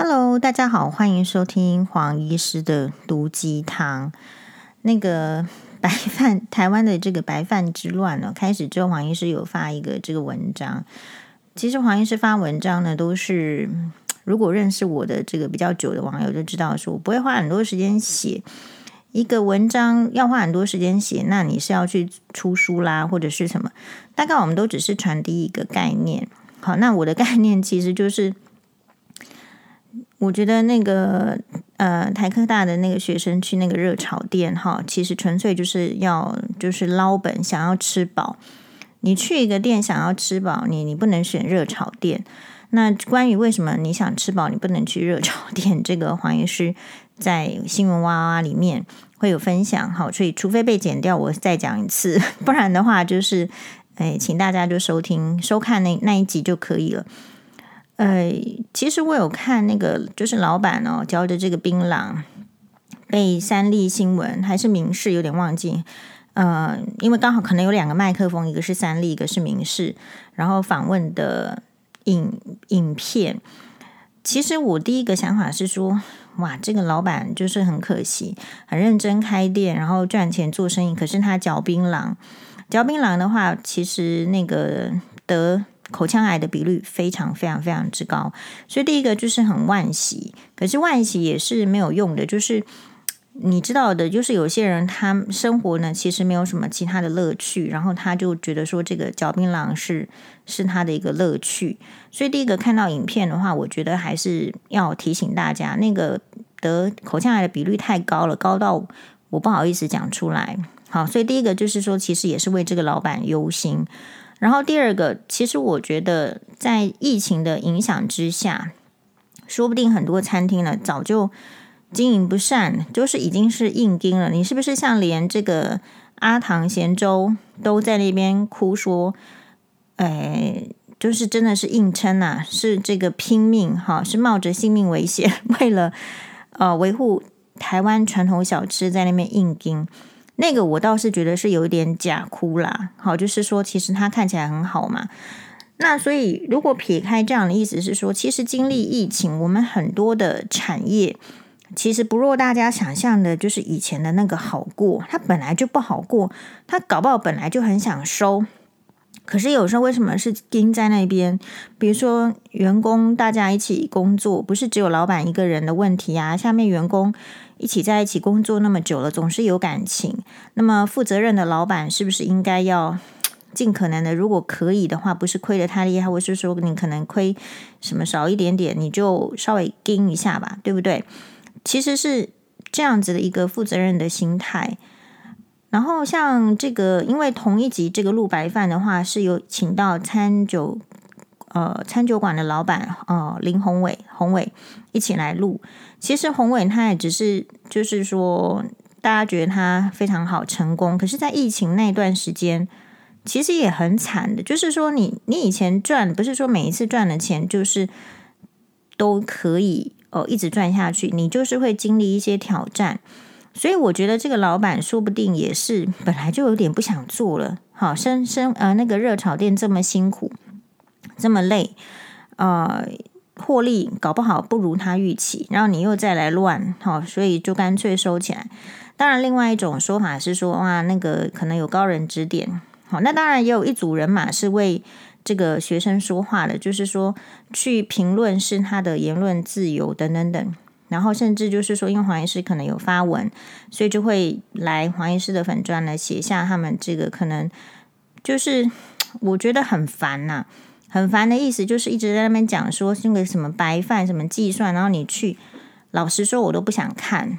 Hello，大家好，欢迎收听黄医师的毒鸡汤。那个白饭，台湾的这个白饭之乱呢，开始之后，黄医师有发一个这个文章。其实黄医师发文章呢，都是如果认识我的这个比较久的网友就知道，说我不会花很多时间写一个文章，要花很多时间写，那你是要去出书啦，或者是什么？大概我们都只是传递一个概念。好，那我的概念其实就是，我觉得那个台科大的那个学生去那个热炒店哈，其实纯粹就是捞本，想要吃饱。你去一个店想要吃饱，你不能选热炒店。那关于为什么你想吃饱，你不能去热炒店，这个黄医师在新闻哇哇里面会有分享。好，所以除非被剪掉，我再讲一次，不然的话就是请大家就收看那一集就可以了。其实我有看那个，就是老板嚼的这个槟榔被三立新闻还是民视，有点忘记。因为刚好可能有两个麦克风，一个是三立，一个是民视，然后访问的影片。其实我第一个想法是说，哇，这个老板就是很可惜，很认真开店，然后赚钱做生意，可是他嚼槟榔的话，其实那个得口腔癌的比率非常非常非常之高，所以第一个就是很惋惜。可是惋惜也是没有用的，就是你知道的，就是有些人他生活呢其实没有什么其他的乐趣，然后他就觉得说这个嚼槟榔是他的一个乐趣。所以第一个看到影片的话，我觉得还是要提醒大家，那个得口腔癌的比率太高了，高到我不好意思讲出来。好，所以第一个就是说，其实也是为这个老板忧心。然后第二个，其实我觉得在疫情的影响之下，说不定很多餐厅呢早就经营不善，就是已经是硬盯了。你是不是像连这个阿唐咸粥都在那边哭说，就是真的是硬撑啊，是这个拼命哈，是冒着性命危险，为了维护台湾传统小吃在那边硬盯。那个我倒是觉得是有一点假哭啦，好，就是说其实它看起来很好嘛。那所以如果撇开这样的意思是说，其实经历疫情，我们很多的产业其实不若大家想象的，就是以前的那个好过，它本来就不好过，它搞不好本来就很想收。可是有时候为什么是盯在那边？比如说员工大家一起工作，不是只有老板一个人的问题啊，下面员工一起在一起工作那么久了，总是有感情。那么负责任的老板是不是应该要尽可能的，如果可以的话，不是亏得太厉害，或是说你可能亏什么少一点点，你就稍微盯一下吧，对不对？其实是这样子的一个负责任的心态。然后像这个，因为同一集这个录白饭的话，是有请到餐酒馆的老板林宏伟一起来录。其实宏伟他也只是就是说，大家觉得他非常好成功，可是在疫情那段时间，其实也很惨的。就是说你以前赚，不是说每一次赚的钱就是都可以一直赚下去，你就是会经历一些挑战。所以我觉得这个老板说不定也是本来就有点不想做了。好，那个热炒店这么辛苦，这么累，获利搞不好不如他预期，然后你又再来乱，好，所以就干脆收起来。当然，另外一种说法是说，哇，那个可能有高人指点。好，那当然也有一组人马是为这个学生说话的，就是说去评论是他的言论自由等等等。然后甚至就是说，因为黄医师可能有发文，所以就会来黄医师的粉专来写下他们这个可能就是我觉得很烦呐，很烦的意思就是一直在那边讲说那个什么白饭什么计算，然后你去，老实说我都不想看。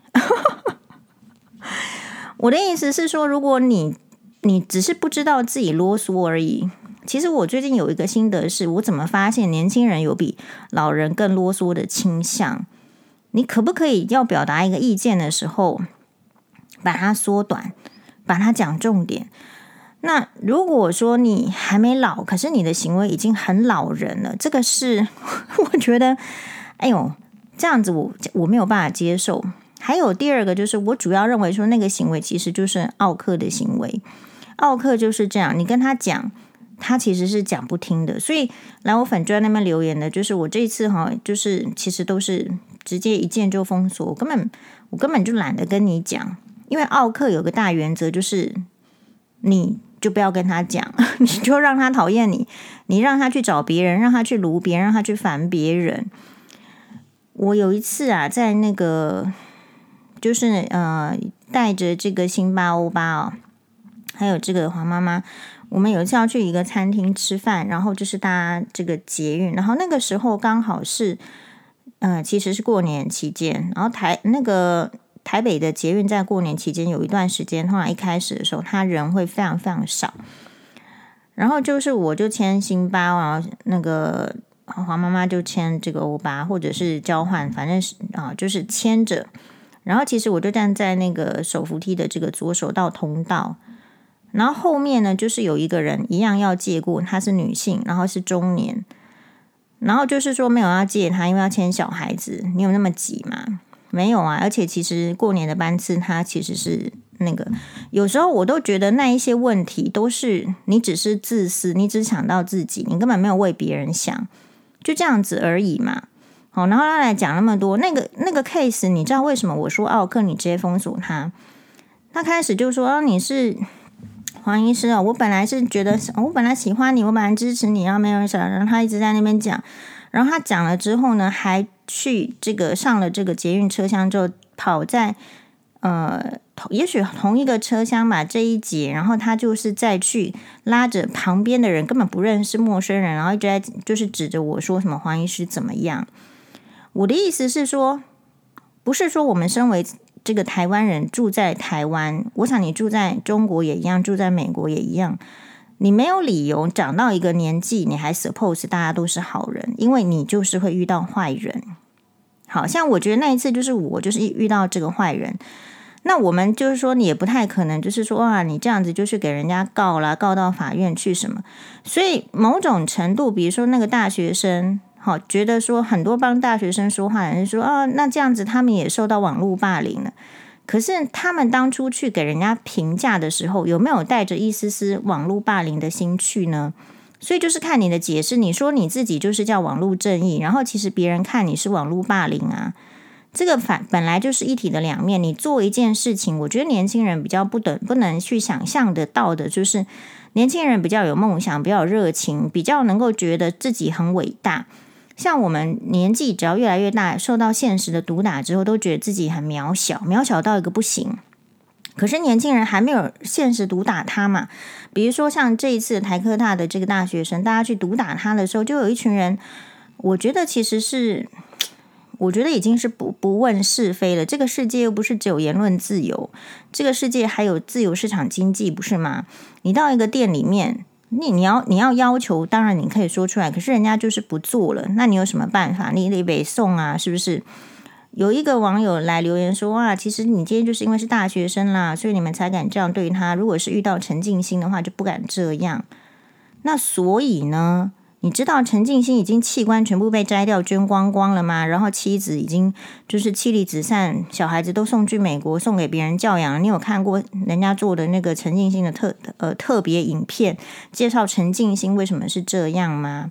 我的意思是说，如果你只是不知道自己啰嗦而已。其实我最近有一个心得是，我怎么发现年轻人有比老人更啰嗦的倾向。你可不可以要表达一个意见的时候，把它缩短，把它讲重点？那如果说你还没老，可是你的行为已经很老人了，这个是我觉得，这样子我没有办法接受。还有第二个就是，我主要认为说那个行为其实就是奥客的行为。奥客就是这样，你跟他讲， 他其实是讲不听的。所以来我粉专那边留言的，就是我这一次就是其实都是直接一键就封锁，我根本就懒得跟你讲，因为奥客有个大原则，就是你就不要跟他讲，你就让他讨厌你，你让他去找别人，让他去撸别人，让他去烦别人。我有一次啊，在那个就是带着这个辛巴欧巴还有这个黄妈妈，我们有一次要去一个餐厅吃饭，然后就是搭这个捷运，然后那个时候刚好是其实是过年期间，然后台北的捷运在过年期间有一段时间，通常一开始的时候，他人会非常非常少。然后就是我就签辛巴，然后那个黄妈妈就签这个欧巴，或者是交换，反正是就是牵着。然后其实我就站在那个手扶梯的这个左手道通道，然后后面呢就是有一个人一样要借过，她是女性，然后是中年，然后就是说没有要借她，因为要牵小孩子，你有那么急吗？没有啊，而且其实过年的班次，它其实是那个，有时候我都觉得那一些问题都是你只是自私，你只想到自己，你根本没有为别人想，就这样子而已嘛。好，然后他来讲那么多，那个 case， 你知道为什么我说奥克你直接封锁他？他开始就说你是黄医师我本来是觉得我本来喜欢你，我本来支持你，然后没有人想，然后他一直在那边讲，然后他讲了之后呢，还去这个上了这个捷运车厢之后，跑在也许同一个车厢吧这一节，然后他就是再去拉着旁边的人根本不认识陌生人，然后一直在就是指着我说什么黄医师怎么样。我的意思是说，不是说我们身为这个台湾人住在台湾，我想你住在中国也一样，住在美国也一样，你没有理由长到一个年纪你还 suppose 大家都是好人，因为你就是会遇到坏人。好像我觉得那一次就是我就是遇到这个坏人，那我们就是说你也不太可能就是说哇你这样子就是给人家告啦，告到法院去什么。所以某种程度比如说那个大学生好觉得说很多帮大学生说话的人说那这样子他们也受到网络霸凌了，可是他们当初去给人家评价的时候有没有带着一丝丝网络霸凌的心去呢？所以就是看你的解释，你说你自己就是叫网络正义，然后其实别人看你是网络霸凌啊，这个本来就是一体的两面。你做一件事情，我觉得年轻人比较不能去想象得到的，就是年轻人比较有梦想，比较有热情，比较能够觉得自己很伟大。像我们年纪只要越来越大，受到现实的毒打之后，都觉得自己很渺小，渺小到一个不行。可是年轻人还没有现实毒打他嘛，比如说像这一次台科大的这个大学生，大家去毒打他的时候，就有一群人，我觉得其实是，我觉得已经是不问是非了。这个世界又不是只有言论自由，这个世界还有自由市场经济，不是吗？你到一个店里面，你要要求，当然你可以说出来，可是人家就是不做了，那你有什么办法？你得北送啊，是不是？有一个网友来留言说其实你今天就是因为是大学生啦，所以你们才敢这样对他，如果是遇到陈进兴的话就不敢这样。那所以呢，你知道陈进兴已经器官全部被摘掉捐光光了吗？然后妻子已经就是妻离子散，小孩子都送去美国送给别人教养。你有看过人家做的那个陈进兴的特别影片，介绍陈进兴为什么是这样吗？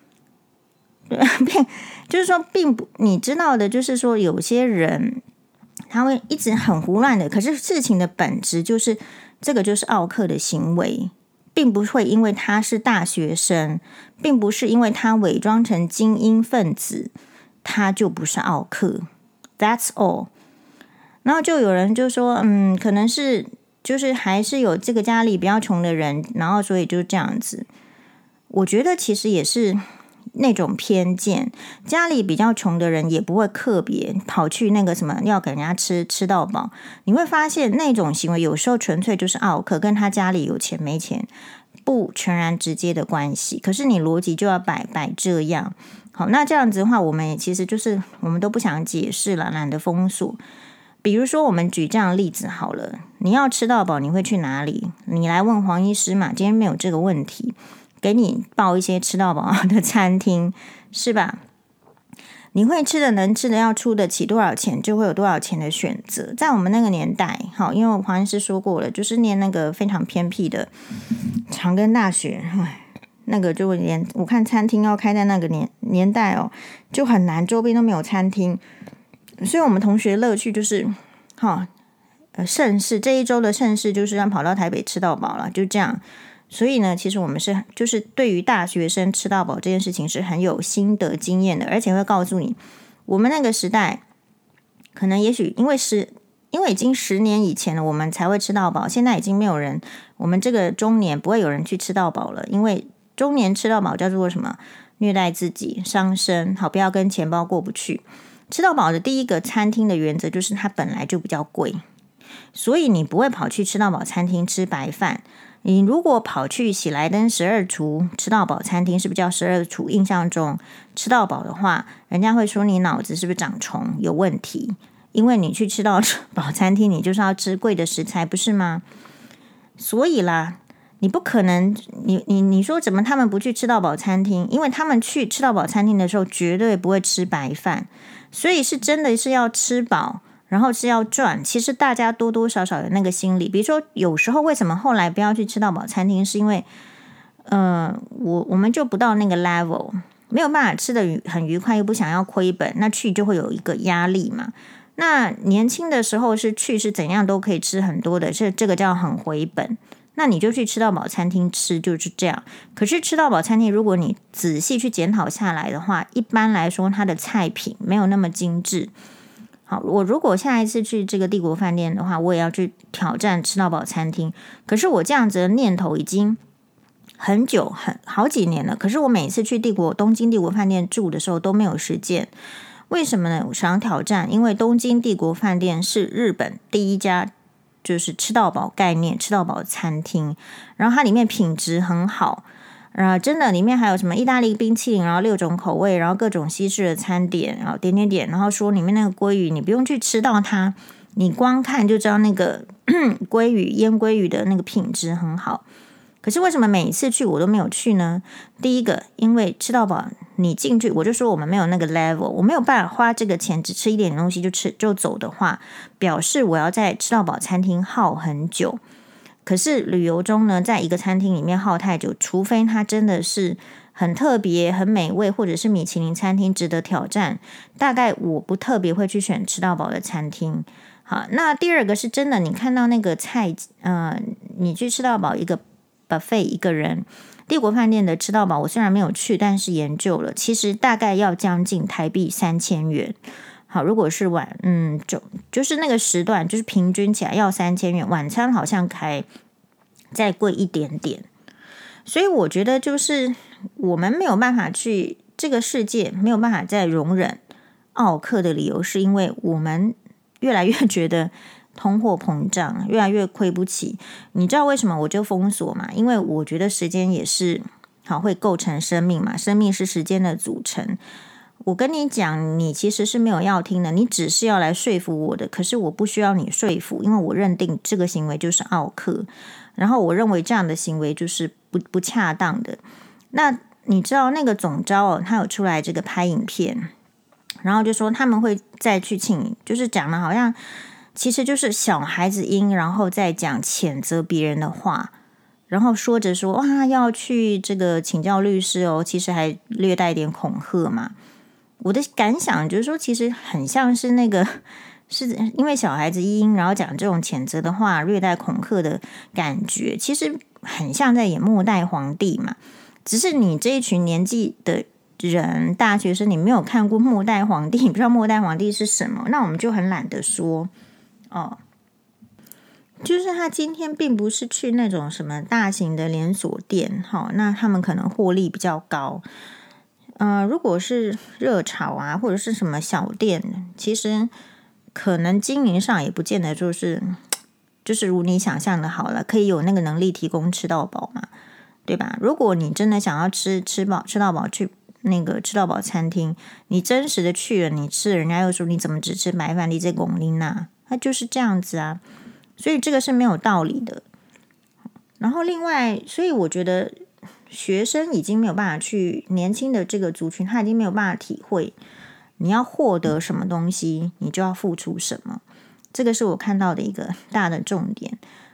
就是说并不你知道的，就是说有些人他会一直很胡乱的，可是事情的本质就是这个就是奥客的行为，并不会因为他是大学生，并不是因为他伪装成精英分子他就不是奥客， That's all。 然后就有人就说可能是就是还是有这个家里比较穷的人，然后所以就这样子。我觉得其实也是那种偏见，家里比较穷的人也不会特别跑去那个什么要给人家吃到饱。你会发现那种行为有时候纯粹就是奥客，跟他家里有钱没钱不全然直接的关系，可是你逻辑就要摆这样。好，那这样子的话，我们也其实就是我们都不想解释了，懒得封锁。比如说我们举这样的例子好了，你要吃到饱你会去哪里？你来问黄医师嘛，今天没有这个问题，给你报一些吃到饱的餐厅，是吧？你会吃的能吃的要出得起多少钱，就会有多少钱的选择。在我们那个年代，好，因为黄医师说过了，就是念那个非常偏僻的长庚大学， 那个就连我看餐厅要开在那个年代哦，就很难，周边都没有餐厅，所以我们同学乐趣就是盛事，这一周的盛事就是让跑到台北吃到饱了，就这样。所以呢，其实我们就是对于大学生吃到饱这件事情是很有心得经验的，而且会告诉你，我们那个时代可能也许因为已经10年以前了，我们才会吃到饱。现在已经没有人，我们这个中年不会有人去吃到饱了，因为中年吃到饱叫做什么？虐待自己、伤身，好，不要跟钱包过不去。吃到饱的第一个餐厅的原则就是它本来就比较贵，所以你不会跑去吃到饱餐厅吃白饭。你如果跑去喜来登12厨吃到饱餐厅，是不是叫12厨？印象中吃到饱的话，人家会说你脑子是不是长虫有问题？因为你去吃到饱餐厅，你就是要吃贵的食材，不是吗？所以啦，你不可能，你说怎么他们不去吃到饱餐厅？因为他们去吃到饱餐厅的时候，绝对不会吃白饭，所以是真的是要吃饱。然后是要赚，其实大家多多少少有那个心理。比如说，有时候为什么后来不要去吃到饱餐厅，是因为，我们就不到那个 level， 没有办法吃得很愉快，又不想要亏本，那去就会有一个压力嘛。那年轻的时候是怎样都可以吃很多的，这个叫很回本。那你就去吃到饱餐厅吃，就是这样。可是吃到饱餐厅，如果你仔细去检讨下来的话，一般来说它的菜品没有那么精致。好，我如果下一次去这个帝国饭店的话，我也要去挑战吃到饱餐厅。可是我这样子的念头已经很久好几年了。可是我每次去东京帝国饭店住的时候都没有实践。为什么呢？我想挑战，因为东京帝国饭店是日本第一家就是吃到饱概念吃到饱餐厅，然后它里面品质很好。真的里面还有什么意大利冰淇淋，然后6种口味，然后各种西式的餐点，然后点，然后说里面那个鲑鱼你不用去吃到它，你光看就知道那个鲑鱼腌鲑鱼的那个品质很好。可是为什么每一次去我都没有去呢？第一个，因为吃到饱你进去，我就说我们没有那个 level， 我没有办法花这个钱只吃一点东西就走的话，表示我要在吃到饱餐厅耗很久。可是旅游中呢，在一个餐厅里面耗太久，除非它真的是很特别、很美味，或者是米其林餐厅值得挑战，大概我不特别会去选吃到饱的餐厅。好，那第二个是真的，你看到那个菜，你去吃到饱一个 buffet 一个人，帝国饭店的吃到饱，我虽然没有去，但是研究了，其实大概要将近台币3000元。好，如果是就是那个时段，就是平均起来要3000元，晚餐好像还再贵一点点。所以我觉得就是我们没有办法去这个世界，没有办法再容忍奥客的理由，是因为我们越来越觉得通货膨胀，越来越亏不起。你知道为什么我就封锁嘛？因为我觉得时间也是会构成生命嘛，生命是时间的组成。我跟你讲，你其实是没有要听的，你只是要来说服我的。可是我不需要你说服，因为我认定这个行为就是奥客，然后我认为这样的行为就是不恰当的。那你知道那个总召他有出来这个拍影片，然后就说他们会再去请，就是讲的好像其实就是小孩子音，然后再讲谴责别人的话。然后说着说要去这个请教律师其实还略带一点恐吓嘛。我的感想就是说，其实很像是那个，是因为小孩子音，然后讲这种谴责的话，略带恐吓的感觉，其实很像在演末代皇帝嘛。只是你这一群年纪的人，大学生，你没有看过末代皇帝，你不知道末代皇帝是什么，那我们就很懒得说就是他今天并不是去那种什么大型的连锁店，那他们可能获利比较高。如果是热炒或者是什么小店，其实可能经营上也不见得就是如你想象的好了，可以有那个能力提供吃到饱嘛，对吧？如果你真的想要吃到饱，去那个吃到饱餐厅，你真实的去了，你吃了，人家又说你怎么只吃白饭，你这公拎啊，它就是这样子啊，所以这个是没有道理的。然后另外，所以我觉得学生已经没有办法去年轻的这个族群，他已经没有办法体会你要获得什么东西，你就要付出什么。这个是我看到的一个大的重点。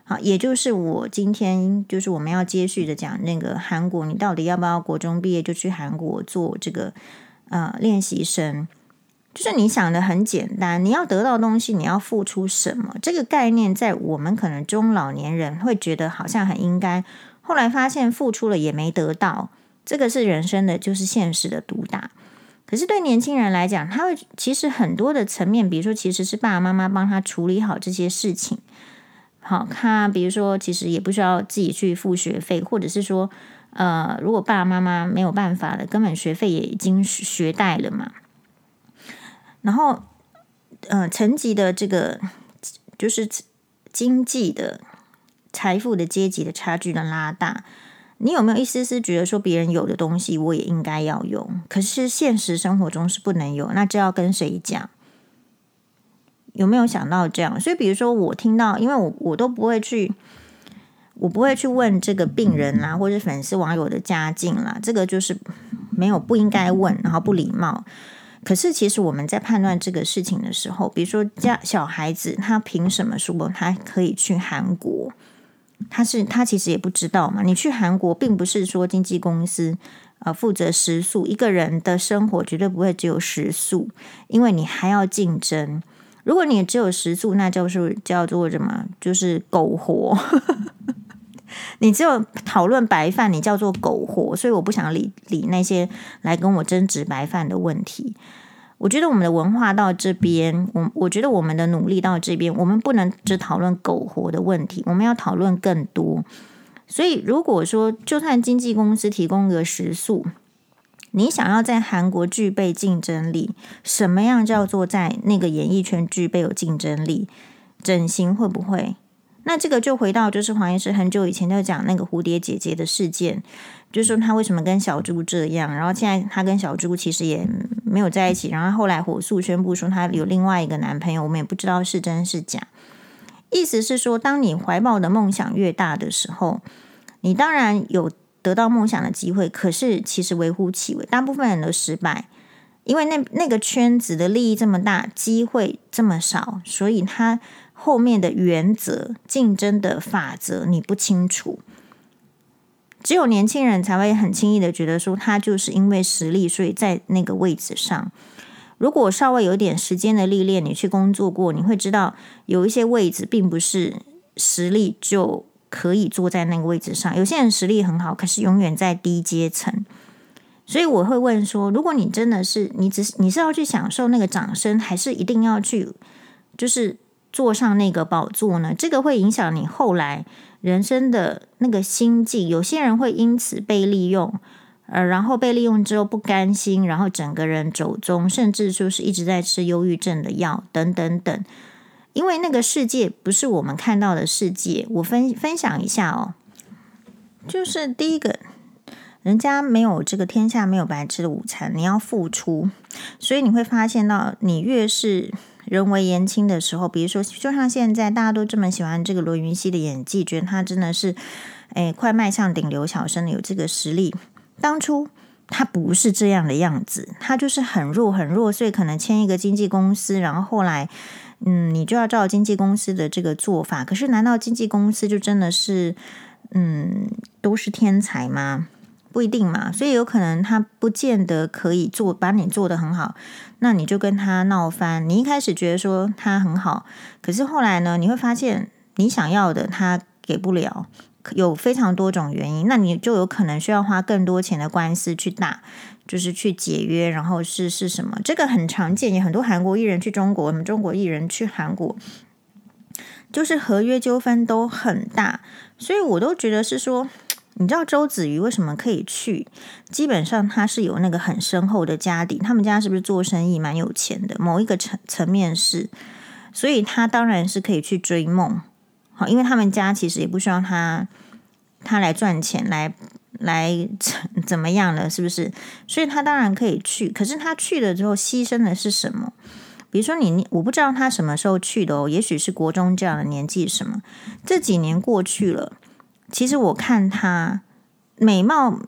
好，也就是我今天就是我们要接续的讲那个韩国，你到底要不要国中毕业就去韩国做这个练习生？就是你想的很简单，你要得到东西，你要付出什么？这个概念在我们可能中老年人会觉得好像很应该，后来发现付出了也没得到，这个是人生的就是现实的毒打。可是对年轻人来讲，他会其实很多的层面，比如说其实是爸爸妈妈帮他处理好这些事情。好，他比如说其实也不需要自己去付学费，或者是说如果爸爸妈妈没有办法了，根本学费也已经学贷了嘛。然后层级的这个就是经济的财富的阶级的差距的拉大，你有没有一丝丝觉得说别人有的东西我也应该要有，可是现实生活中是不能有，那这要跟谁讲？有没有想到这样？所以比如说我听到，因为我都不会去问这个病人啦，或者粉丝网友的家境啦，这个就是没有不应该问，然后不礼貌。可是其实我们在判断这个事情的时候，比如说小孩子他凭什么说他可以去韩国？他其实也不知道嘛。你去韩国并不是说经纪公司负责食宿，一个人的生活绝对不会只有食宿，因为你还要竞争。如果你只有食宿，那就是叫做什么？就是苟活。你只有讨论白饭，你叫做苟活，所以我不想理那些来跟我争执白饭的问题。我觉得我们的文化到这边，我觉得我们的努力到这边，我们不能只讨论苟活的问题，我们要讨论更多。所以如果说就算经纪公司提供个食宿，你想要在韩国具备竞争力，什么样叫做在那个演艺圈具备有竞争力？整形会不会？那这个就回到就是黄医师很久以前就讲那个蝴蝶姐姐的事件，就是说他为什么跟小猪这样，然后现在他跟小猪其实也没有在一起，然后后来火速宣布说他有另外一个男朋友，我们也不知道是真是假。意思是说，当你怀抱的梦想越大的时候，你当然有得到梦想的机会，可是其实微乎其微，大部分人都失败，因为那个圈子的利益这么大，机会这么少，所以他后面的原则、竞争的法则你不清楚。只有年轻人才会很轻易的觉得说他就是因为实力所以在那个位置上。如果稍微有点时间的历练，你去工作过，你会知道有一些位置并不是实力就可以坐在那个位置上。有些人实力很好，可是永远在低阶层。所以我会问说，如果你真的是你是要去享受那个掌声，还是一定要去就是坐上那个宝座呢？这个会影响你后来人生的那个心境。有些人会因此被利用，然后被利用之后不甘心，然后整个人走中，甚至就是一直在吃忧郁症的药等等等。因为那个世界不是我们看到的世界。我分享一下哦，就是第一个，人家没有这个天下没有白吃的午餐，你要付出。所以你会发现到，你越是人为言轻的时候，比如说就像现在大家都这么喜欢这个罗云熙的演技，觉得他真的是快迈向顶流小生的，有这个实力。当初他不是这样的样子，他就是很弱很弱，所以可能签一个经纪公司，然后后来你就要照经纪公司的这个做法。可是难道经纪公司就真的是都是天才吗？不一定嘛，所以有可能他不见得可以把你做得很好，那你就跟他闹翻。你一开始觉得说他很好，可是后来呢，你会发现你想要的他给不了，有非常多种原因，那你就有可能需要花更多钱的官司去打，就是去解约，然后是什么？这个很常见，也很多韩国艺人去中国，我们中国艺人去韩国，就是合约纠纷都很大，所以我都觉得是说。你知道周子瑜为什么可以去？基本上他是有那个很深厚的家底，他们家是不是做生意蛮有钱的？某一个层面是，所以他当然是可以去追梦。好，因为他们家其实也不需要他来赚钱，来怎么样了，是不是？所以他当然可以去。可是他去了之后，牺牲的是什么？比如说我不知道他什么时候去的哦，也许是国中这样的年纪什么。这几年过去了。其实我看他美貌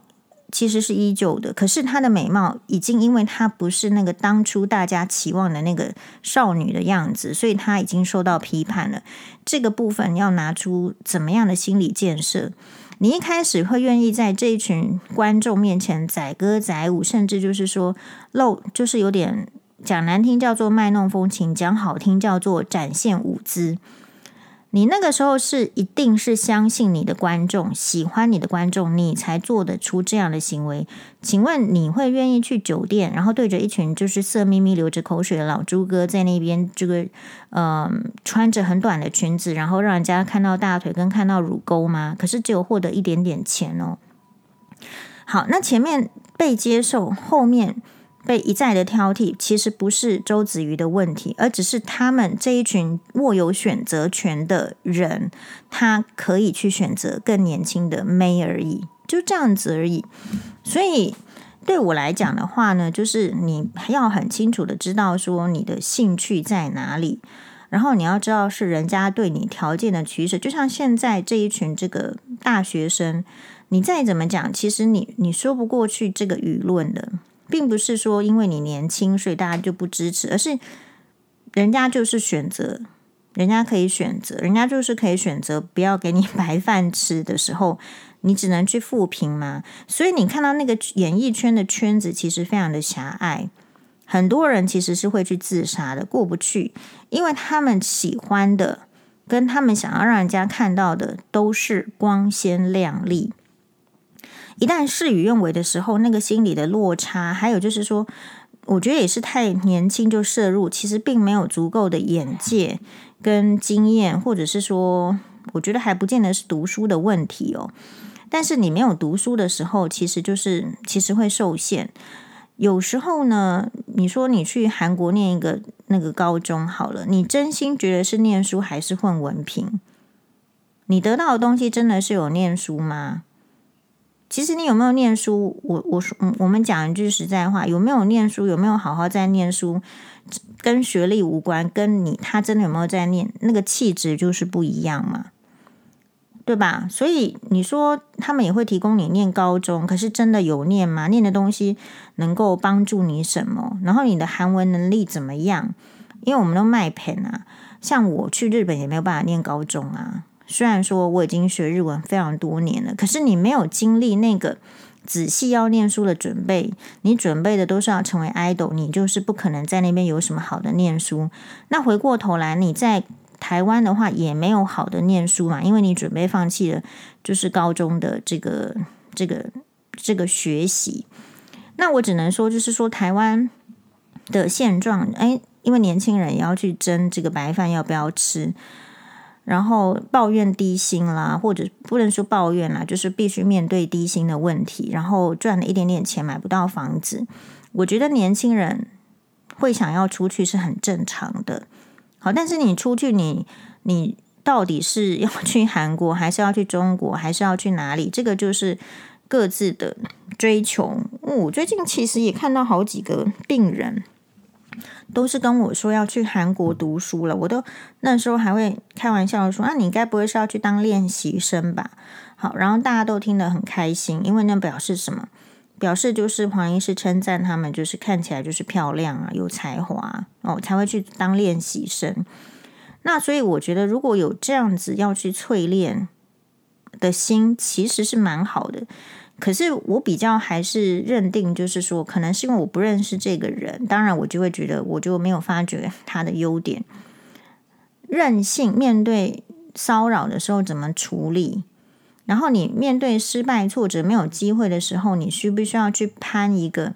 其实是依旧的，可是她的美貌已经因为她不是那个当初大家期望的那个少女的样子，所以她已经受到批判了。这个部分要拿出怎么样的心理建设？你一开始会愿意在这一群观众面前载歌载舞，甚至就是说就是有点讲难听叫做卖弄风情，讲好听叫做展现舞姿。你那个时候一定是相信你的观众，喜欢你的观众，你才做得出这样的行为。请问你会愿意去酒店，然后对着一群就是色眯眯流着口水的老猪哥在那边穿着很短的裙子，然后让人家看到大腿跟看到乳沟吗？可是只有获得一点点钱哦。好，那前面被接受，后面被一再的挑剔，其实不是周子瑜的问题，而只是他们这一群握有选择权的人，他可以去选择更年轻的妹而已，就这样子而已。所以对我来讲的话呢，就是你要很清楚的知道说你的兴趣在哪里，然后你要知道是人家对你条件的取舍。就像现在这一群这个大学生，你再怎么讲，其实你说不过去这个舆论的。并不是说因为你年轻所以大家就不支持，而是人家就是选择，人家可以选择，人家就是可以选择不要给你白饭吃的时候，你只能去负评嘛。所以你看到那个演艺圈的圈子其实非常的狭隘，很多人其实是会去自杀的，过不去，因为他们喜欢的跟他们想要让人家看到的都是光鲜亮丽。一旦事与愿违的时候，那个心理的落差，还有就是说，我觉得也是太年轻就涉入，其实并没有足够的眼界跟经验，或者是说，我觉得还不见得是读书的问题哦。但是你没有读书的时候，其实会受限。有时候呢，你说你去韩国念一个那个高中好了，你真心觉得是念书还是混文凭？你得到的东西真的是有念书吗？其实你有没有念书，我们讲一句实在话，有没有念书，有没有好好在念书，跟学历无关，跟他真的有没有在念，那个气质就是不一样嘛，对吧？所以你说他们也会提供你念高中，可是真的有念吗？念的东西能够帮助你什么？然后你的韩文能力怎么样？因为我们都卖pen啊，像我去日本也没有办法念高中啊。虽然说我已经学日文非常多年了，可是你没有经历那个仔细要念书的准备，你准备的都是要成为 idol， 你就是不可能在那边有什么好的念书。那回过头来，你在台湾的话也没有好的念书嘛，因为你准备放弃了就是高中的这个学习。那我只能说，就是说台湾的现状，因为年轻人也要去争这个白饭要不要吃。然后抱怨低薪啦，或者不能说抱怨啦，就是必须面对低薪的问题，然后赚了一点点钱买不到房子。我觉得年轻人会想要出去是很正常的。好，但是你出去你到底是要去韩国，还是要去中国，还是要去哪里？这个就是各自的追求。我最近其实也看到好几个病人。都是跟我说要去韩国读书了，我都那时候还会开玩笑说，你该不会是要去当练习生吧？好，然后大家都听得很开心，因为那表示什么？表示就是黄医师称赞他们，就是看起来就是漂亮啊，有才华哦，才会去当练习生。那所以我觉得，如果有这样子要去淬炼的心，其实是蛮好的。可是我比较还是认定，就是说，可能是因为我不认识这个人，当然我就会觉得我就没有发觉他的优点。任性面对骚扰的时候怎么处理？然后你面对失败、挫折、没有机会的时候，你需不需要去攀一个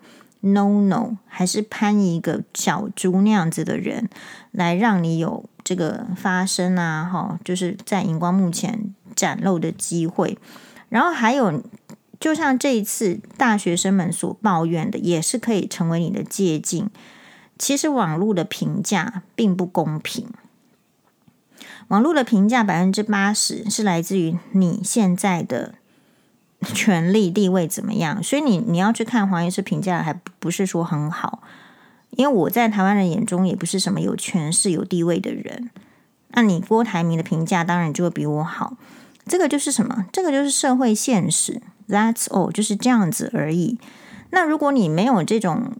no， 还是攀一个小猪那样子的人，来让你有这个发声啊？就是在荧光幕前展露的机会。然后还有。就像这一次大学生们所抱怨的，也是可以成为你的借鉴。其实网络的评价并不公平，网络的评价80%是来自于你现在的权力地位怎么样，所以你要去看黄医师评价还不是说很好，因为我在台湾人眼中也不是什么有权势有地位的人，那你郭台铭的评价当然就会比我好。这个就是什么？这个就是社会现实。 That's all， 就是这样子而已。那如果你没有这种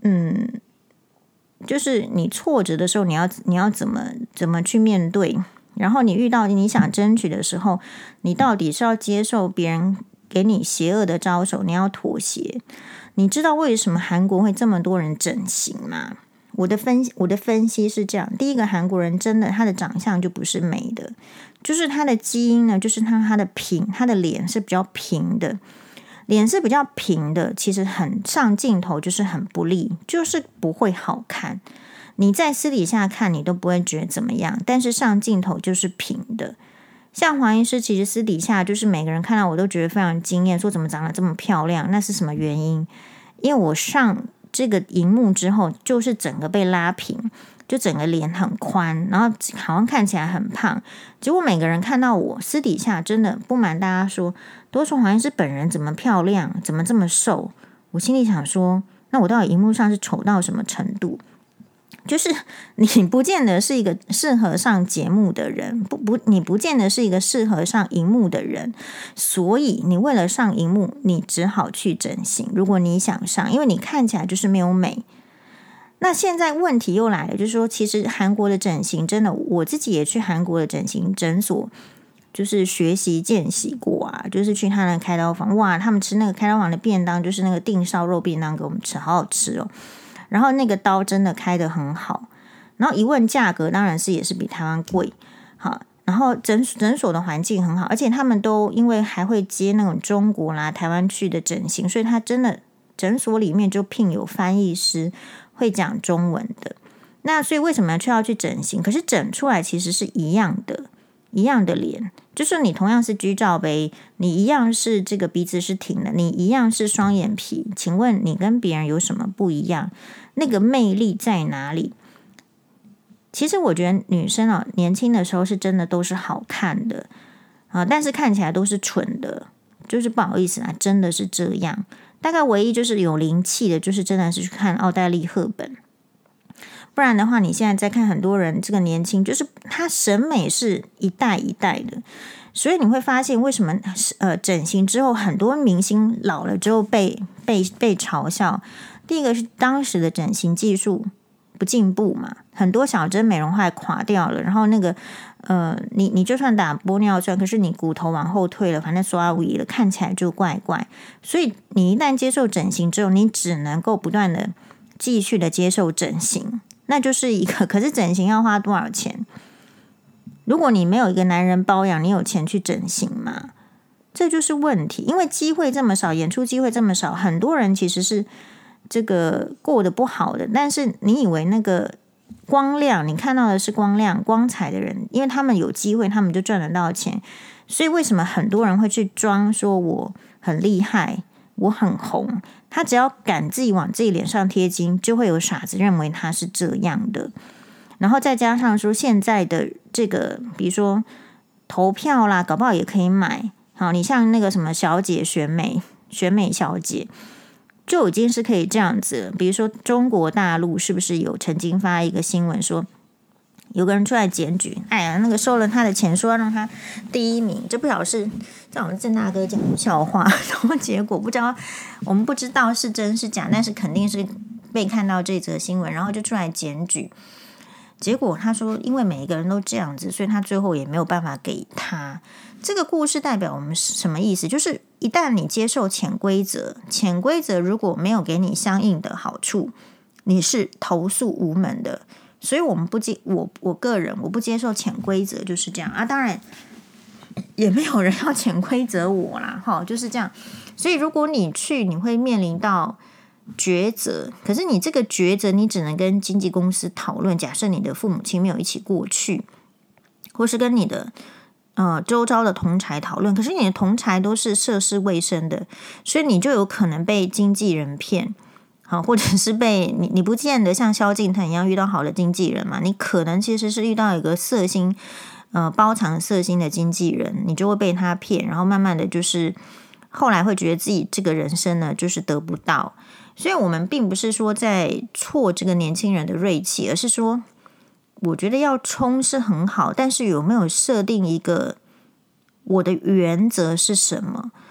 就是你挫折的时候，你要怎么去面对？然后你遇到你想争取的时候，你到底是要接受别人给你邪恶的招手，你要妥协？你知道为什么韩国会这么多人整形吗？我的分析是这样：第一个，韩国人真的他的长相就不是美的，就是他的基因呢，就是他的脸是比较平的。脸是比较平的，其实很上镜头就是很不利，就是不会好看。你在私底下看你都不会觉得怎么样，但是上镜头就是平的。像黄医师其实私底下就是每个人看到我都觉得非常惊艳，说怎么长得这么漂亮，那是什么原因？因为我上这个荧幕之后就是整个被拉平，就整个脸很宽，然后好像看起来很胖，结果每个人看到我私底下真的不瞒大家说，都说黄医师本人怎么漂亮，怎么这么瘦。我心里想说，那我到底荧幕上是丑到什么程度？就是你不见得是一个适合上节目的人，你不见得是一个适合上荧幕的人，所以你为了上荧幕，你只好去整形。如果你想上，因为你看起来就是没有美。那现在问题又来了，就是说，其实韩国的整形真的，我自己也去韩国的整形诊所，就是学习见习过啊，就是去他那开刀房，哇，他们吃那个开刀房的便当，就是那个定烧肉便当给我们吃，好好吃哦。然后那个刀真的开得很好，然后一问价格，当然是也是比台湾贵，好。然后诊所的环境很好，而且他们都因为还会接那种中国啦、台湾去的整形，所以他真的诊所里面就聘有翻译师会讲中文的。那所以为什么要去整形？可是整出来其实是一样的脸，就是你同样是 G 罩杯，你一样是这个鼻子是挺的，你一样是双眼皮，请问你跟别人有什么不一样？那个魅力在哪里？其实我觉得女生啊，年轻的时候是真的都是好看的啊，但是看起来都是蠢的，就是不好意思啊，真的是这样。大概唯一就是有灵气的，就是真的是去看奥黛丽·赫本。不然的话，你现在在看很多人这个年轻，就是他审美是一代一代的，所以你会发现为什么整形之后很多明星老了之后被嘲笑。第一个是当时的整形技术不进步嘛，很多小针美容后来垮掉了，然后那个你就算打玻尿酸，可是你骨头往后退了，反正刷尾了，看起来就怪怪。所以你一旦接受整形之后，你只能够不断的继续的接受整形，那就是一个。可是整形要花多少钱？如果你没有一个男人包养，你有钱去整形吗？这就是问题。因为机会这么少，演出机会这么少，很多人其实是这个过得不好的。但是你以为那个光亮，你看到的是光亮光彩的人，因为他们有机会，他们就赚得到钱。所以为什么很多人会去装说我很厉害，我很红？他只要敢自己往自己脸上贴金，就会有傻子认为他是这样的。然后再加上说现在的这个，比如说投票啦，搞不好也可以买。好，你像那个什么小姐选美小姐，就已经是可以这样子了。比如说中国大陆是不是有曾经发一个新闻说，有个人出来检举，哎呀，那个收了他的钱，说要让他第一名，这不晓得是在我们郑大哥讲笑话，然后结果不知道，我们不知道是真是假，但是肯定是被看到这则新闻，然后就出来检举。结果他说，因为每一个人都这样子，所以他最后也没有办法给他。这个故事代表我们什么意思？就是一旦你接受潜规则，潜规则如果没有给你相应的好处，你是投诉无门的。所以我们我个人我不接受潜规则，就是这样啊。当然也没有人要潜规则我啦，就是这样。所以如果你去，你会面临到抉择，可是你这个抉择你只能跟经纪公司讨论。假设你的父母亲没有一起过去，或是跟你的周遭的同侪讨论，可是你的同侪都是涉世未深的，所以你就有可能被经纪人骗，好，或者是被你不见得像萧敬腾一样遇到好的经纪人嘛，你可能其实是遇到一个色心包藏色心的经纪人，你就会被他骗，然后慢慢的就是后来会觉得自己这个人生呢就是得不到。所以我们并不是说在挫这个年轻人的锐气，而是说我觉得要冲是很好，但是有没有设定一个我的原则是什么？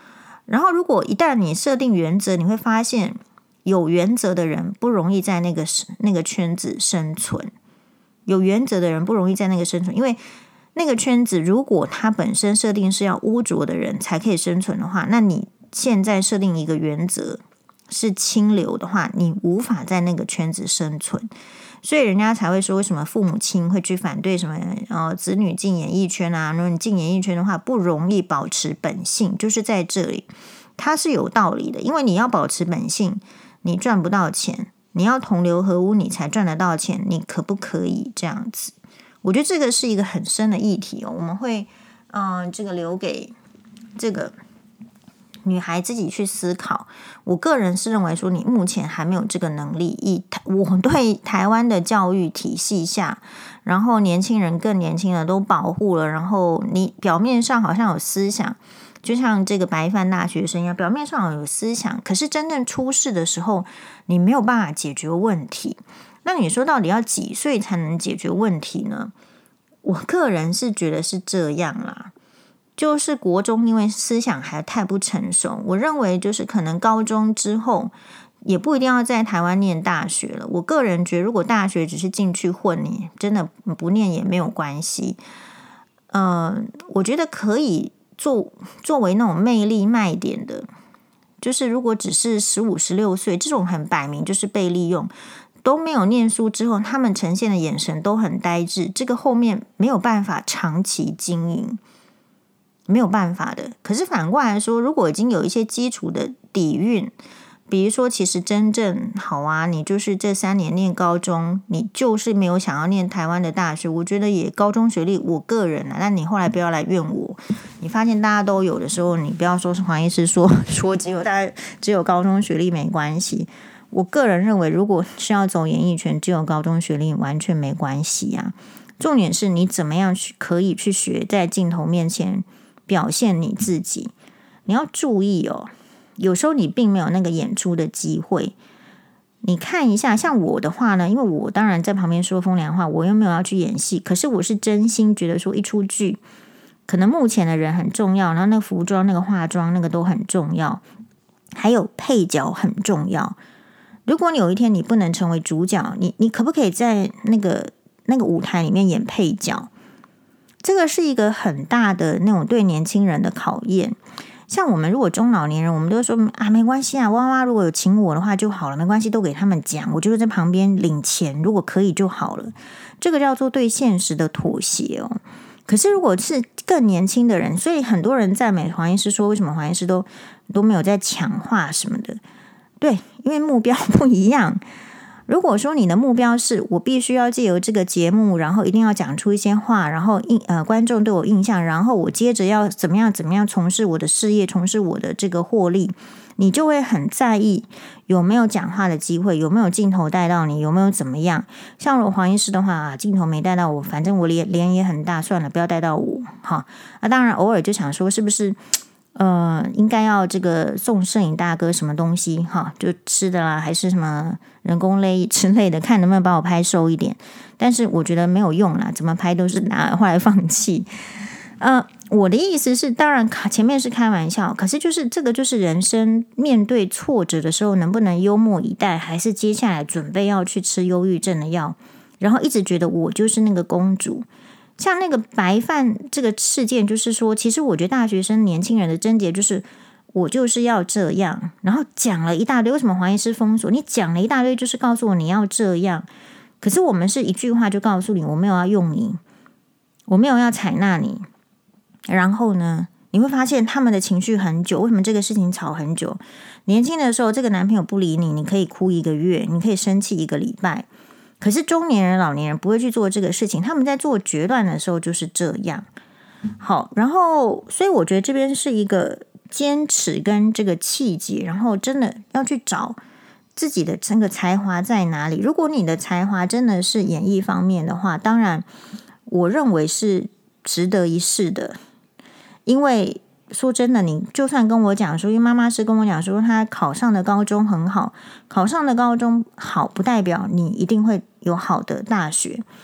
然后如果一旦你设定原则，你会发现有原则的人不容易在那个圈子生存。有原则的人不容易在那个生存，因为那个圈子如果它本身设定是要污浊的人才可以生存的话，那你现在设定一个原则是清流的话，你无法在那个圈子生存。所以人家才会说为什么父母亲会去反对什么子女进演艺圈啊，如果你进演艺圈的话不容易保持本性，就是在这里它是有道理的。因为你要保持本性，你赚不到钱，你要同流合污你才赚得到钱，你可不可以这样子？我觉得这个是一个很深的议题哦，我们会这个留给这个女孩自己去思考。我个人是认为说，你目前还没有这个能力。我对台湾的教育体系下，然后年轻人更年轻的都保护了，然后你表面上好像有思想，就像这个白饭大学生一样，表面上有思想，可是真正出事的时候，你没有办法解决问题。那你说到底要几岁才能解决问题呢？我个人是觉得是这样啦，就是国中因为思想还太不成熟，我认为就是可能高中之后也不一定要在台湾念大学了。我个人觉得如果大学只是进去混，你真的不念也没有关系。我觉得可以作为那种魅力卖点的，就是如果只是15、16岁这种很摆明就是被利用，都没有念书之后，他们呈现的眼神都很呆滞，这个后面没有办法长期经营，没有办法的。可是反过来说，如果已经有一些基础的底蕴，比如说其实真正好啊，你就是这3年念高中，你就是没有想要念台湾的大学，我觉得也高中学历，我个人但你后来不要来怨我，你发现大家都有的时候，你不要说是黄医师说只有高中学历没关系。我个人认为，如果是要走演艺圈，只有高中学历完全没关系啊。重点是你怎么样可以去学在镜头面前表现你自己。你要注意哦，有时候你并没有那个演出的机会。你看一下，像我的话呢，因为我当然在旁边说风凉话，我又没有要去演戏，可是我是真心觉得说一出剧，可能幕前的人很重要，然后那个服装、那个化妆、那个都很重要，还有配角很重要。如果你有一天你不能成为主角，你可不可以在那个舞台里面演配角？这个是一个很大的那种对年轻人的考验。像我们如果中老年人，我们都说没关系啊，娃娃如果有请我的话就好了，没关系，都给他们讲，我就在旁边领钱，如果可以就好了。这个叫做对现实的妥协哦。可是如果是更年轻的人，所以很多人赞美黄医师说，为什么黄医师都没有在强化什么的？对，因为目标不一样。如果说你的目标是我必须要借由这个节目，然后一定要讲出一些话，然后观众对我印象，然后我接着要怎么样从事我的事业，从事我的这个获利，你就会很在意有没有讲话的机会，有没有镜头带到你，有没有怎么样。像我黄医师的话镜头没带到我，反正我脸也很大，算了，不要带到我。当然偶尔就想说是不是应该要这个送摄影大哥什么东西就吃的啦，还是什么人工泪之类的，看能不能把我拍瘦一点。但是我觉得没有用啦，怎么拍都是后来放弃。我的意思是，当然前面是开玩笑，可是就是这个就是人生面对挫折的时候，能不能幽默以待，还是接下来准备要去吃忧郁症的药，然后一直觉得我就是那个公主。像那个白饭这个事件，就是说其实我觉得大学生年轻人的症结就是我就是要这样，然后讲了一大堆。为什么黄医师封锁？你讲了一大堆就是告诉我你要这样，可是我们是一句话就告诉你我没有要用你，我没有要采纳你。然后呢，你会发现他们的情绪很久。为什么这个事情吵很久？年轻的时候这个男朋友不理你，你可以哭1个月，你可以生气1个礼拜。可是中年人、老年人不会去做这个事情，他们在做决断的时候就是这样。好，然后所以我觉得这边是一个坚持跟这个气节，然后真的要去找自己的这个才华在哪里。如果你的才华真的是演艺方面的话，当然我认为是值得一试的。因为说真的，你就算跟我讲说，因为妈妈是跟我讲说她考上的高中很好，考上的高中好不代表你一定会有好的大学。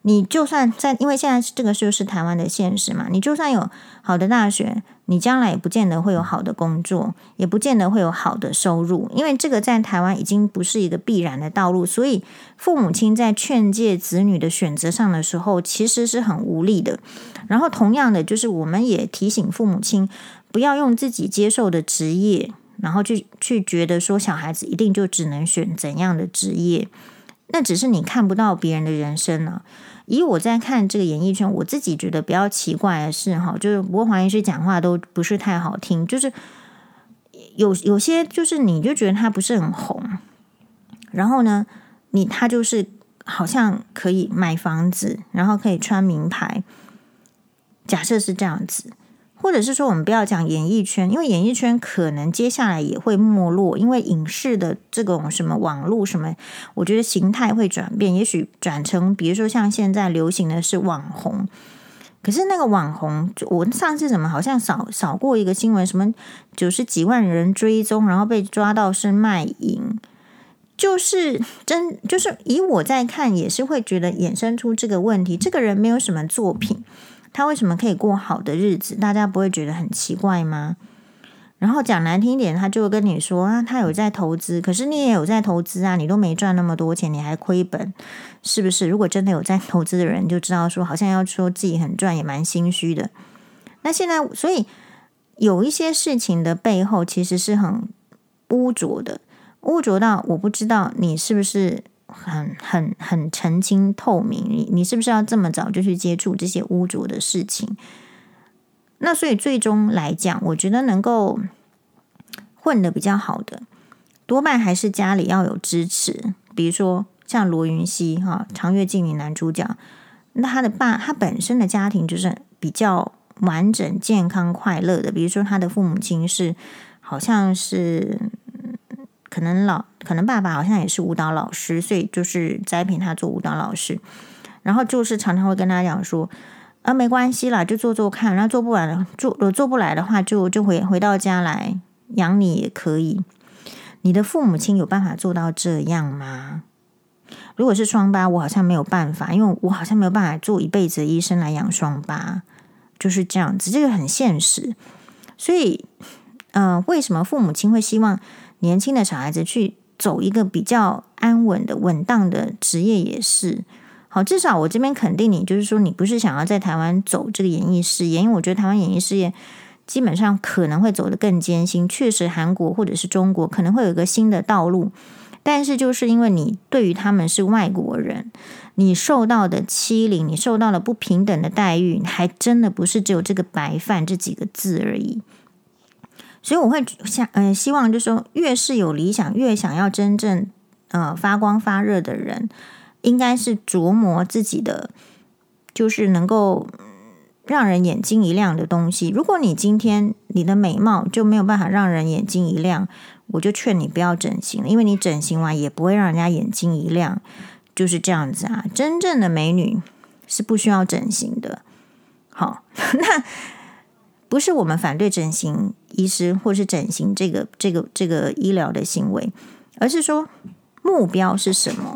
你就算因为现在这个就是台湾的现实嘛，你就算有好的大学，你将来也不见得会有好的工作，也不见得会有好的收入，因为这个在台湾已经不是一个必然的道路，所以父母亲在劝诫子女的选择上的时候，其实是很无力的。然后同样的，就是我们也提醒父母亲，不要用自己接受的职业，然后去觉得说小孩子一定就只能选怎样的职业，那只是你看不到别人的人生啊。以我在看这个演艺圈，我自己觉得比较奇怪的是就是不过黄医师讲话都不是太好听，就是有些就是你就觉得他不是很红，然后呢他就是好像可以买房子，然后可以穿名牌，假设是这样子。或者是说我们不要讲演艺圈，因为演艺圈可能接下来也会没落，因为影视的这种什么网络什么，我觉得形态会转变，也许转成比如说像现在流行的是网红。可是那个网红，我上次好像扫过一个新闻，什么90几万人追踪，然后被抓到是卖淫，就是以我在看也是会觉得衍生出这个问题，这个人没有什么作品，他为什么可以过好的日子？大家不会觉得很奇怪吗？然后讲难听一点，他就会跟你说啊，他有在投资，可是你也有在投资啊，你都没赚那么多钱，你还亏本，是不是？如果真的有在投资的人，就知道说好像要说自己很赚，也蛮心虚的。那现在，所以有一些事情的背后其实是很污浊的，污浊到我不知道你是不是很澄清透明，你是不是要这么早就去接触这些污浊的事情？那所以最终来讲，我觉得能够混得比较好的，多半还是家里要有支持。比如说像罗云熙长月烬明男主角，那他本身的家庭就是比较完整、健康、快乐的。比如说他的父母亲好像是可能爸爸好像也是舞蹈老师，所以就是栽培他做舞蹈老师，然后就是常常会跟他讲说没关系啦，就做做看，然后做不来的话就回到家来养你也可以。你的父母亲有办法做到这样吗？如果是双八，我好像没有办法，因为我好像没有办法做一辈子的医生来养双八，就是这样子，这个很现实。所以为什么父母亲会希望年轻的小孩子去走一个比较安稳的稳当的职业也是好，至少我这边肯定你，就是说你不是想要在台湾走这个演艺事业，因为我觉得台湾演艺事业基本上可能会走得更艰辛，确实韩国或者是中国可能会有一个新的道路，但是就是因为你对于他们是外国人，你受到的欺凌，你受到了不平等的待遇，还真的不是只有这个白饭这几个字而已。所以我会希望就是说，越是有理想，越想要真正发光发热的人，应该是琢磨自己的，就是能够让人眼睛一亮的东西。如果你今天你的美貌就没有办法让人眼睛一亮，我就劝你不要整形了，因为你整形完也不会让人家眼睛一亮，就是这样子啊。真正的美女是不需要整形的。好，那不是我们反对整形医师或是整形这个医疗的行为，而是说目标是什么。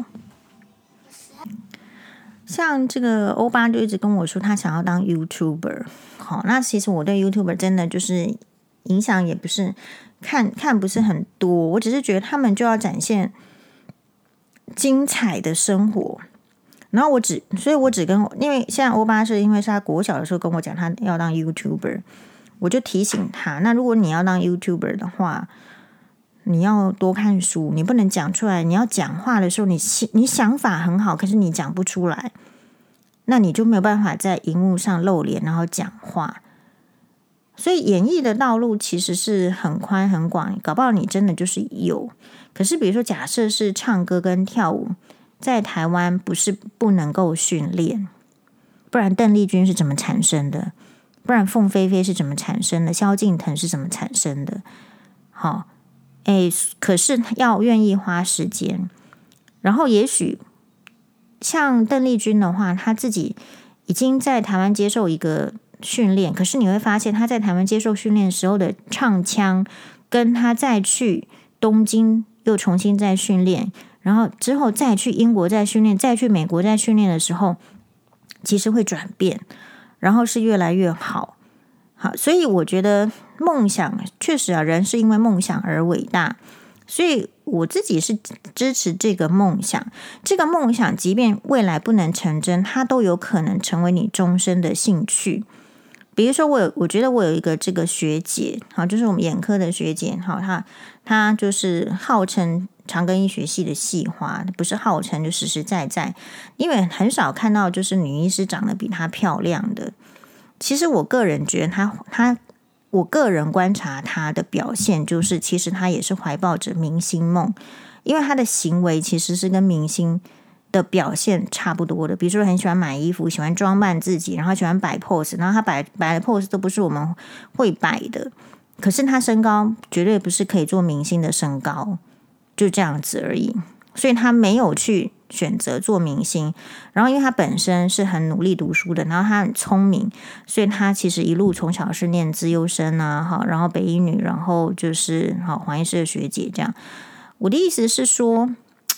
像这个欧巴就一直跟我说他想要当 YouTuber， 好，那其实我对 YouTuber 真的就是影响也不是看不是很多，我只是觉得他们就要展现精彩的生活，然后所以我只跟因为现在欧巴是因为是他国小的时候跟我讲他要当 YouTuber， 我就提醒他，那如果你要当 YouTuber 的话，你要多看书，你不能讲出来。你要讲话的时候，你想法很好，可是你讲不出来，那你就没有办法在荧幕上露脸，然后讲话。所以演艺的道路其实是很宽很广，搞不好你真的就是有。可是比如说，假设是唱歌跟跳舞，在台湾不是不能够训练，不然邓丽君是怎么产生的？不然凤飞飞是怎么产生的？萧敬腾是怎么产生的？好。可是要愿意花时间，然后也许像邓丽君的话，她自己已经在台湾接受一个训练，可是你会发现她在台湾接受训练时候的唱腔，跟她再去东京又重新再训练，然后之后再去英国再训练，再去美国再训练的时候， 其实会转变，然后是越来越好。好，所以我觉得梦想确实啊，人是因为梦想而伟大，所以我自己是支持这个梦想。这个梦想即便未来不能成真，它都有可能成为你终身的兴趣。比如说我觉得我有一个这个学姐，好，就是我们眼科的学姐，好，她就是号称长庚医学系的系花，不是号称，就实实在在，因为很少看到就是女医师长得比她漂亮的。其实我个人觉得我个人观察她的表现，就是其实她也是怀抱着明星梦，因为她的行为其实是跟明星的表现差不多的，比如说很喜欢买衣服，喜欢装扮自己，然后喜欢摆 pose， 然后他摆的 pose 都不是我们会摆的，可是他身高绝对不是可以做明星的身高，就这样子而已，所以他没有去选择做明星。然后因为他本身是很努力读书的，然后他很聪明，所以他其实一路从小是念资优生啊，然后北一女，然后就是黄医师的学姐这样。我的意思是说，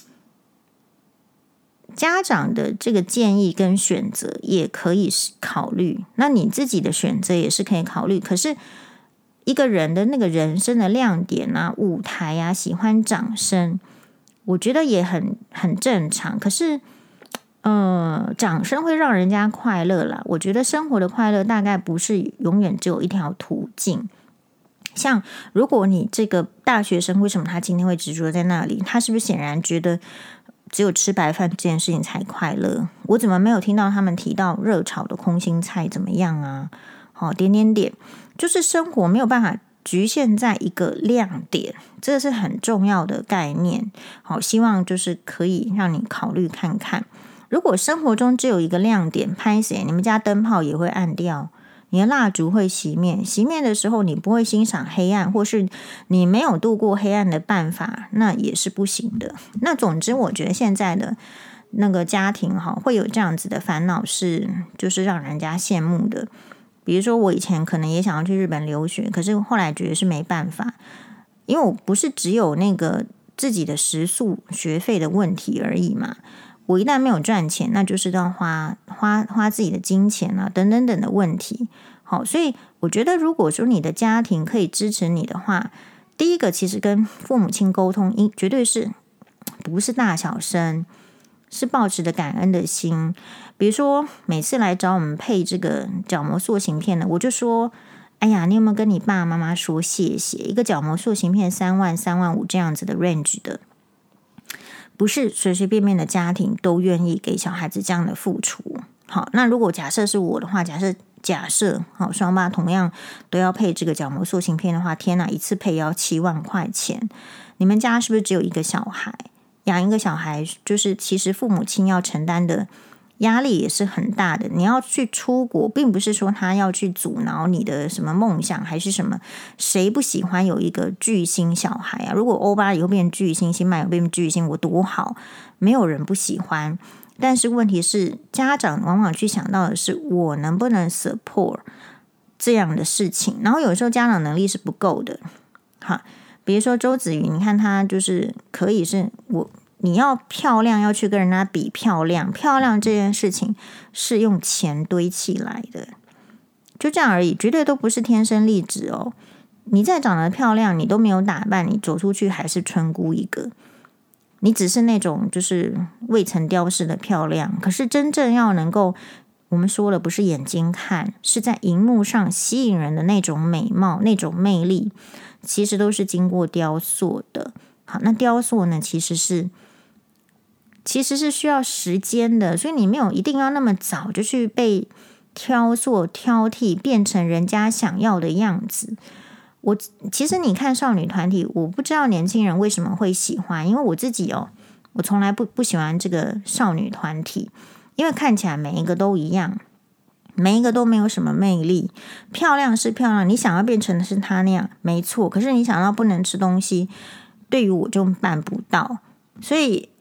家长的这个建议跟选择也可以考虑，那你自己的选择也是可以考虑。可是一个人的那个人生的亮点啊、舞台啊、喜欢掌声，我觉得也很正常。可是掌声会让人家快乐啦，我觉得生活的快乐大概不是永远只有一条途径。像如果你这个大学生，为什么他今天会执着在那里？他是不是显然觉得只有吃白饭这件事情才快乐？我怎么没有听到他们提到热炒的空心菜怎么样啊？点，就是生活没有办法局限在一个亮点，这个是很重要的概念。好，希望就是可以让你考虑看看。如果生活中只有一个亮点，拍谁？你们家灯泡也会暗掉，你的蜡烛会熄灭，熄灭的时候你不会欣赏黑暗，或是你没有度过黑暗的办法，那也是不行的。那总之我觉得现在的那个家庭会有这样子的烦恼，就是让人家羡慕的。比如说我以前可能也想要去日本留学，可是后来觉得是没办法，因为我不是只有那个自己的食宿学费的问题而已嘛，我一旦没有赚钱，那就是要花自己的金钱啊，等等等的问题。好，所以我觉得如果说你的家庭可以支持你的话，第一个其实跟父母亲沟通，绝对是不是大小声，是抱持着感恩的心。比如说每次来找我们配这个角膜塑形片的，我就说，哎呀，你有没有跟你爸爸妈妈说谢谢？一个角膜塑形片3万、3万5这样子的 range 的，不是随随便便的家庭都愿意给小孩子这样的付出。好，那如果假设是我的话，假设好，双爸同样都要配这个角膜塑形片的话，天哪，一次配要7万块钱。你们家是不是只有一个小孩？养一个小孩，就是其实父母亲要承担的压力也是很大的。你要去出国，并不是说他要去阻挠你的什么梦想还是什么，谁不喜欢有一个巨星小孩啊？如果欧巴以后变巨星，新迈有变巨星，我多好，没有人不喜欢。但是问题是，家长往往去想到的是我能不能 support 这样的事情，然后有时候家长能力是不够的。好，比如说周子瑜，你看他就是可以是你要漂亮，要去跟人家比漂亮这件事情是用钱堆起来的，就这样而已，绝对都不是天生丽质哦。你再长得漂亮，你都没有打扮，你走出去还是村姑一个。你只是那种就是未曾雕饰的漂亮，可是真正要能够，我们说了不是眼睛看，是在荧幕上吸引人的那种美貌、那种魅力，其实都是经过雕塑的。好，那雕塑呢，其实是需要时间的，所以你没有一定要那么早就去被挑剔，变成人家想要的样子。其实你看少女团体，我不知道年轻人为什么会喜欢，因为我自己我从来不喜欢这个少女团体，因为看起来每一个都一样，每一个都没有什么魅力。漂亮是漂亮，你想要变成的是她那样，没错。可是你想要不能吃东西，对于我就办不到。所以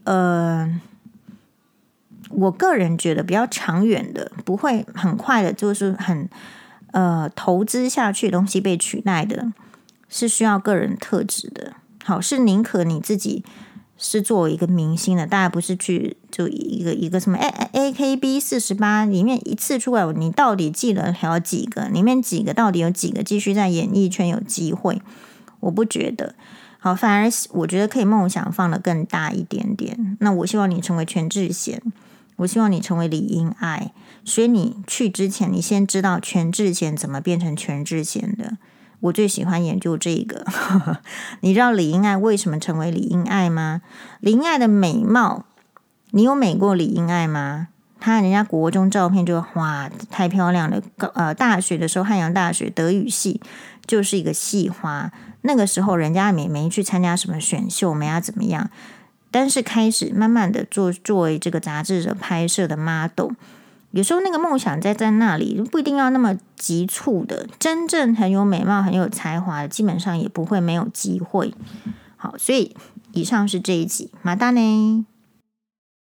我个人觉得比较长远的，不会很快的，就是很投资下去的东西被取代的，是需要个人特质的。好，是宁可你自己是作为一个明星的，大家不是去就一个什么AKB48里面一次出来，你到底记得还几个？里面几个到底有几个继续在演艺圈有机会？我不觉得。好，反而我觉得可以梦想放得更大一点点。那我希望你成为全智贤，我希望你成为李英爱。所以你去之前，你先知道全智贤怎么变成全智贤的。我最喜欢研究这个。你知道李英爱为什么成为李英爱吗？李英爱的美貌，你有美过李英爱吗？她人家国中照片就哇太漂亮了。大学的时候，汉阳大学德语系就是一个系花。那个时候人家也没去参加什么选秀，没怎么样。但是开始慢慢的作为这个杂志的拍摄的 model。有时候那个梦想在那里，不一定要那么急促的。真正很有美貌、很有才华的，基本上也不会没有机会。好，所以以上是这一集，马达呢。